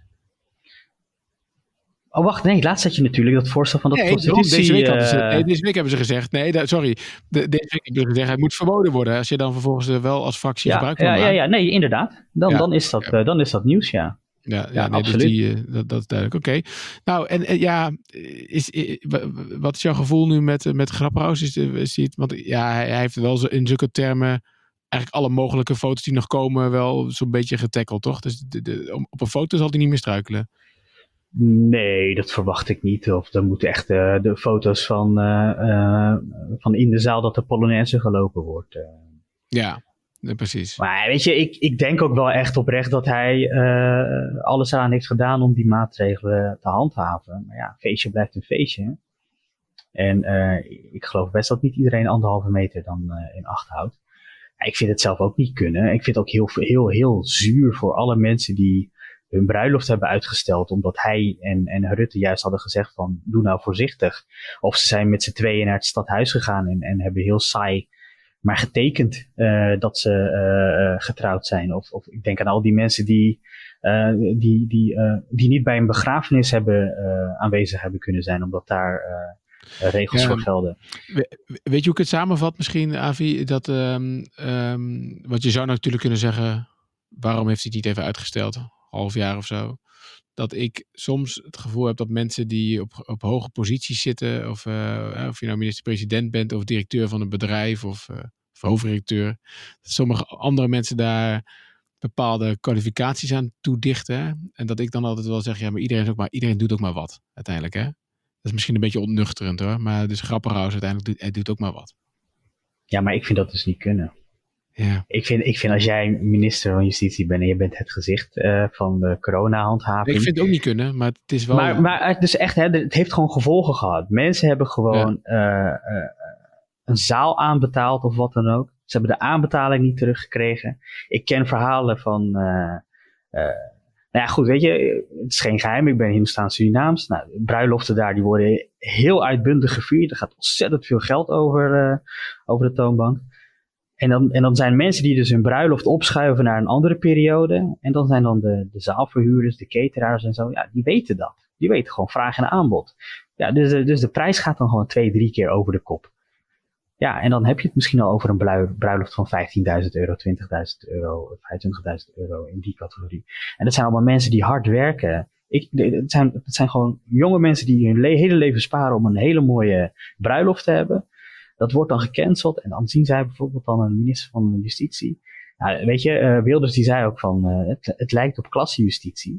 Oh, wacht, nee, laatst had je natuurlijk dat voorstel van dat nee, prostitutie... Deze week, ze, uh... nee, deze week hebben ze gezegd, nee, da, sorry, de, deze week hebben ze gezegd, het moet verboden worden, als je dan vervolgens uh, wel als fractie ja, gebruik van ja, maakt. ja, ja, nee, inderdaad. Dan, ja, dan, is dat, ja. uh, dan is dat nieuws, ja. Ja, ja, ja nee, absoluut. Dus die, uh, dat, dat is duidelijk. Oké. Okay. Nou, en, en ja, is, is, wat is jouw gevoel nu met, met Grapperhaus? Is, is het, want ja, hij, hij heeft wel zo in zulke termen eigenlijk alle mogelijke foto's die nog komen wel zo'n beetje getackeld, toch? Dus de, de, op een foto zal hij niet meer struikelen. Nee, dat verwacht ik niet. Of dan moeten echt uh, de foto's van, uh, uh, van in de zaal dat de Polonaise gelopen wordt. Uh. Ja, nee, precies. Maar weet je, ik, ik denk ook wel echt oprecht dat hij uh, alles aan heeft gedaan om die maatregelen te handhaven. Maar ja, feestje blijft een feestje. En uh, ik geloof best dat niet iedereen anderhalve meter dan uh, in acht houdt. Ja, ik vind het zelf ook niet kunnen. Ik vind het ook heel, heel, heel zuur voor alle mensen die hun bruiloft hebben uitgesteld, omdat hij en, en Rutte juist hadden gezegd van, doe nou voorzichtig. Of ze zijn met z'n tweeën naar het stadhuis gegaan en, en hebben heel saai maar getekend uh, dat ze uh, getrouwd zijn. Of, of ik denk aan al die mensen die, uh, die, die, uh, die niet bij een begrafenis hebben, uh, aanwezig hebben kunnen zijn, omdat daar uh, regels ja, voor gelden. Weet je hoe ik het samenvat misschien, Avi? Dat, um, um, want je zou natuurlijk kunnen zeggen, waarom heeft hij het niet even uitgesteld? Half jaar of zo. Dat ik soms het gevoel heb dat mensen die op, op hoge posities zitten, of, uh, of je nou minister-president bent, of directeur van een bedrijf, of, uh, of hoofdredacteur, dat sommige andere mensen daar bepaalde kwalificaties aan toedichten. En dat ik dan altijd wel zeg, ja, maar iedereen, is ook maar, iedereen doet ook maar wat, uiteindelijk. Hè? Dat is misschien een beetje ontnuchterend, hoor. Maar dus Grapperhaus uiteindelijk doet, hij doet ook maar wat. Ja, maar ik vind dat dus niet kunnen. Ja. Ik vind, ik vind als jij minister van Justitie bent en je bent het gezicht uh, van de corona-handhaving. Ik vind het ook niet kunnen, maar het is wel... Maar, maar het is echt, hè, het heeft gewoon gevolgen gehad. Mensen hebben gewoon ja. uh, uh, een zaal aanbetaald of wat dan ook. Ze hebben de aanbetaling niet teruggekregen. Ik ken verhalen van... Uh, uh, nou ja, goed, weet je, het is geen geheim. Ik ben Hindoestaans Surinaams. Nou, bruiloften daar, die worden heel uitbundig gevierd. Er gaat ontzettend veel geld over, uh, over de toonbank. En dan, en dan zijn mensen die dus hun bruiloft opschuiven naar een andere periode. En dan zijn dan de, de zaalverhuurders, de cateraars en zo. Ja, die weten dat. Die weten gewoon vraag en aanbod. Ja, dus, de, dus de prijs gaat dan gewoon twee, drie keer over de kop. Ja, en dan heb je het misschien al over een bruiloft van vijftienduizend euro, twintigduizend euro, vijfentwintigduizend euro in die categorie. En dat zijn allemaal mensen die hard werken. Ik, het, zijn, het zijn gewoon jonge mensen die hun le- hele leven sparen om een hele mooie bruiloft te hebben. Dat wordt dan gecanceld en dan zien zij bijvoorbeeld dan een minister van Justitie. Nou, weet je, uh, Wilders die zei ook van, uh, het, het lijkt op klassenjustitie.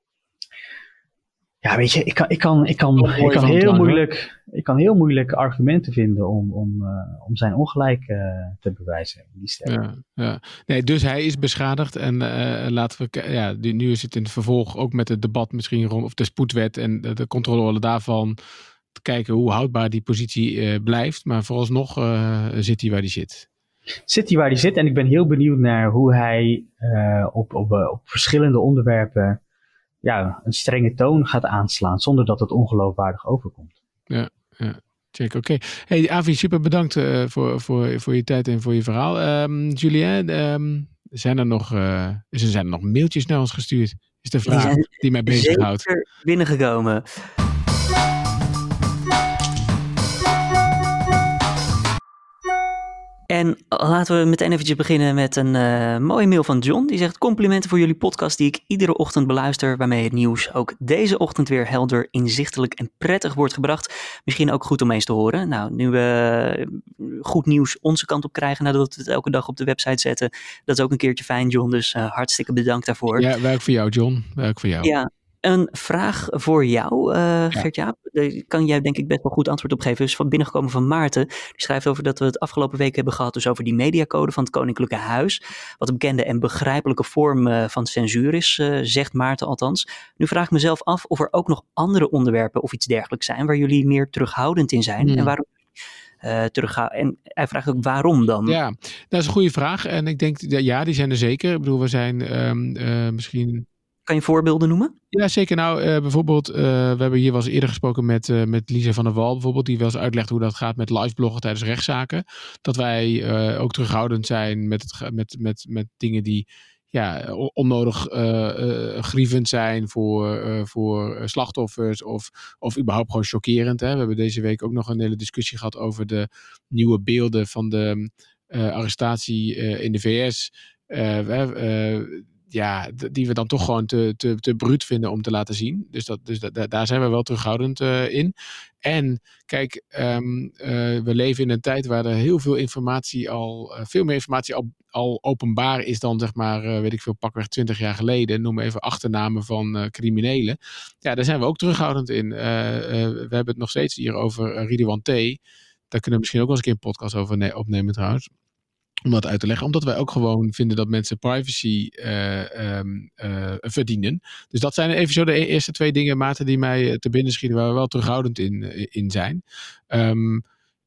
Ja, weet je, ik kan, ik kan, ik kan, ik kan heel moeilijk, ik kan heel moeilijk argumenten vinden om, om, uh, om zijn ongelijk uh, te bewijzen. Die stelling. Ja, ja. Nee, dus hij is beschadigd en uh, laten we, ja, nu is het in het vervolg ook met het debat misschien rond, of de spoedwet en de, de controle daarvan, te kijken hoe houdbaar die positie uh, blijft. Maar vooralsnog uh, zit hij waar hij zit. Zit hij waar hij zit en ik ben heel benieuwd naar hoe hij uh, op, op, op verschillende onderwerpen ja, een strenge toon gaat aanslaan, zonder dat het ongeloofwaardig overkomt. Ja, ja. Check, oké. Okay. Hey, Avi, super bedankt uh, voor, voor, voor je tijd en voor je verhaal. Um, Julien, um, zijn er nog, uh, zijn er nog mailtjes naar ons gestuurd? Is de vraag die, die mij bezighoudt. Zeker binnengekomen. En laten we meteen eventjes beginnen met een uh, mooie mail van John. Die zegt: complimenten voor jullie podcast die ik iedere ochtend beluister, waarmee het nieuws ook deze ochtend weer helder, inzichtelijk en prettig wordt gebracht. Misschien ook goed om eens te horen. Nou, nu we goed nieuws onze kant op krijgen nadat we het elke dag op de website zetten. Dat is ook een keertje fijn, John. Dus uh, hartstikke bedankt daarvoor. Ja, werk voor jou, John. Werk voor jou. Ja. Een vraag voor jou, uh, ja. Gert-Jaap. Daar kan jij denk ik best wel goed antwoord op geven. Dus van binnengekomen van Maarten. Die schrijft over dat we het afgelopen week hebben gehad dus over die mediacode van het Koninklijke Huis. Wat een bekende en begrijpelijke vorm uh, van censuur is, uh, zegt Maarten althans. Nu vraag ik mezelf af of er ook nog andere onderwerpen of iets dergelijks zijn waar jullie meer terughoudend in zijn. Hmm. En waarom uh, teruggaan. En hij vraagt ook waarom dan? Ja, dat is een goede vraag. En ik denk, ja, die zijn er zeker. Ik bedoel, we zijn um, uh, misschien... Kan je voorbeelden noemen? Ja, zeker. Nou, uh, bijvoorbeeld, uh, we hebben hier wel eens eerder gesproken met, uh, met Lisa van der Wal, bijvoorbeeld, die wel eens uitlegt hoe dat gaat met livebloggen tijdens rechtszaken. Dat wij uh, ook terughoudend zijn met, het, met, met, met dingen die ja, onnodig uh, uh, grievend zijn voor, uh, voor slachtoffers of, of überhaupt gewoon chockerend. Hè. We hebben deze week ook nog een hele discussie gehad over de nieuwe beelden van de uh, arrestatie uh, in de V S. Uh, we, uh, Ja, die we dan toch gewoon te, te, te bruut vinden om te laten zien. Dus, dat, dus dat, daar zijn we wel terughoudend uh, in. En kijk, um, uh, we leven in een tijd waar er heel veel informatie al, uh, veel meer informatie al, al openbaar is dan zeg maar, uh, weet ik veel, pakweg twintig jaar geleden. Noem even achternamen van uh, criminelen. Ja, daar zijn we ook terughoudend in. Uh, uh, we hebben het nog steeds hier over uh, Ridwan T. Daar kunnen we misschien ook wel eens een keer een podcast over ne- opnemen trouwens. Om dat uit te leggen. Omdat wij ook gewoon vinden dat mensen privacy uh, um, uh, verdienen. Dus dat zijn even zo de eerste twee dingen, Maarten, die mij te binnen schieten, waar we wel terughoudend in, in zijn. Um,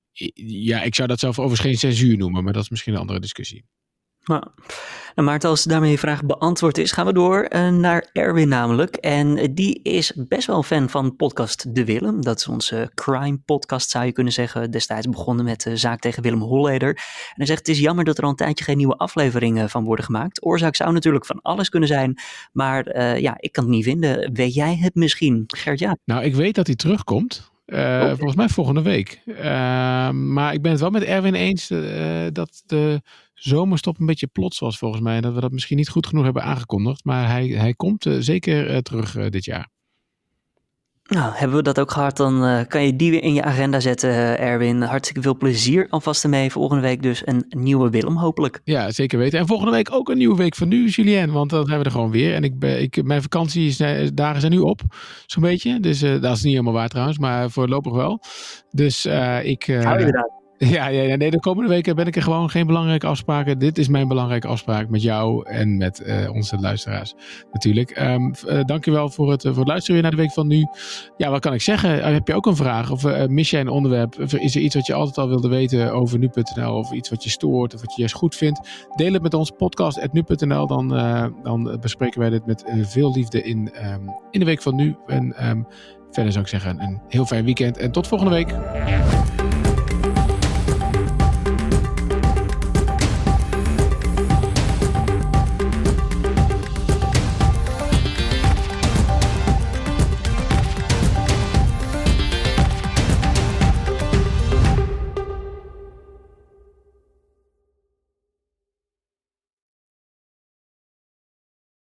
ja, ik zou dat zelf overigens geen censuur noemen, maar dat is misschien een andere discussie. Nou, nou Maarten, als daarmee je vraag beantwoord is, gaan we door uh, naar Erwin namelijk. En die is best wel een fan van podcast De Willem. Dat is onze crime podcast, zou je kunnen zeggen. Destijds begonnen met de zaak tegen Willem Holleder. En hij zegt, het is jammer dat er al een tijdje geen nieuwe afleveringen van worden gemaakt. Oorzaak zou natuurlijk van alles kunnen zijn. Maar uh, ja, ik kan het niet vinden. Weet jij het misschien, Gert-Jaap? Nou, ik weet dat hij terugkomt. Uh, okay. Volgens mij volgende week. Uh, maar ik ben het wel met Erwin eens uh, dat de zomerstop een beetje plots was volgens mij. En dat we dat misschien niet goed genoeg hebben aangekondigd. Maar hij, hij komt uh, zeker uh, terug uh, dit jaar. Nou, hebben we dat ook gehad, dan uh, kan je die weer in je agenda zetten, uh, Erwin. Hartstikke veel plezier alvast ermee. Volgende week dus een nieuwe Willem, hopelijk. Ja, zeker weten. En volgende week ook een nieuwe week van nu, Julien. Want dan zijn we er gewoon weer. En ik, ik, mijn vakantiedagen zijn nu op, zo'n beetje. Dus uh, dat is niet helemaal waar trouwens, maar voorlopig wel. Dus uh, ik... Uh, Hou je eruit. Ja, ja, nee, de komende weken ben ik er gewoon geen belangrijke afspraken. Dit is mijn belangrijke afspraak met jou en met uh, onze luisteraars natuurlijk. Um, uh, dankjewel voor het, uh, voor het luisteren naar de week van nu. Ja, wat kan ik zeggen? Uh, heb je ook een vraag? Of uh, mis jij een onderwerp? Of is er iets wat je altijd al wilde weten over nu punt n l? Of iets wat je stoort of wat je juist goed vindt? Deel het met ons podcast at nu punt n l. Dan, uh, dan bespreken wij dit met uh, veel liefde in, um, in de week van nu. En um, verder zou ik zeggen een heel fijn weekend en tot volgende week.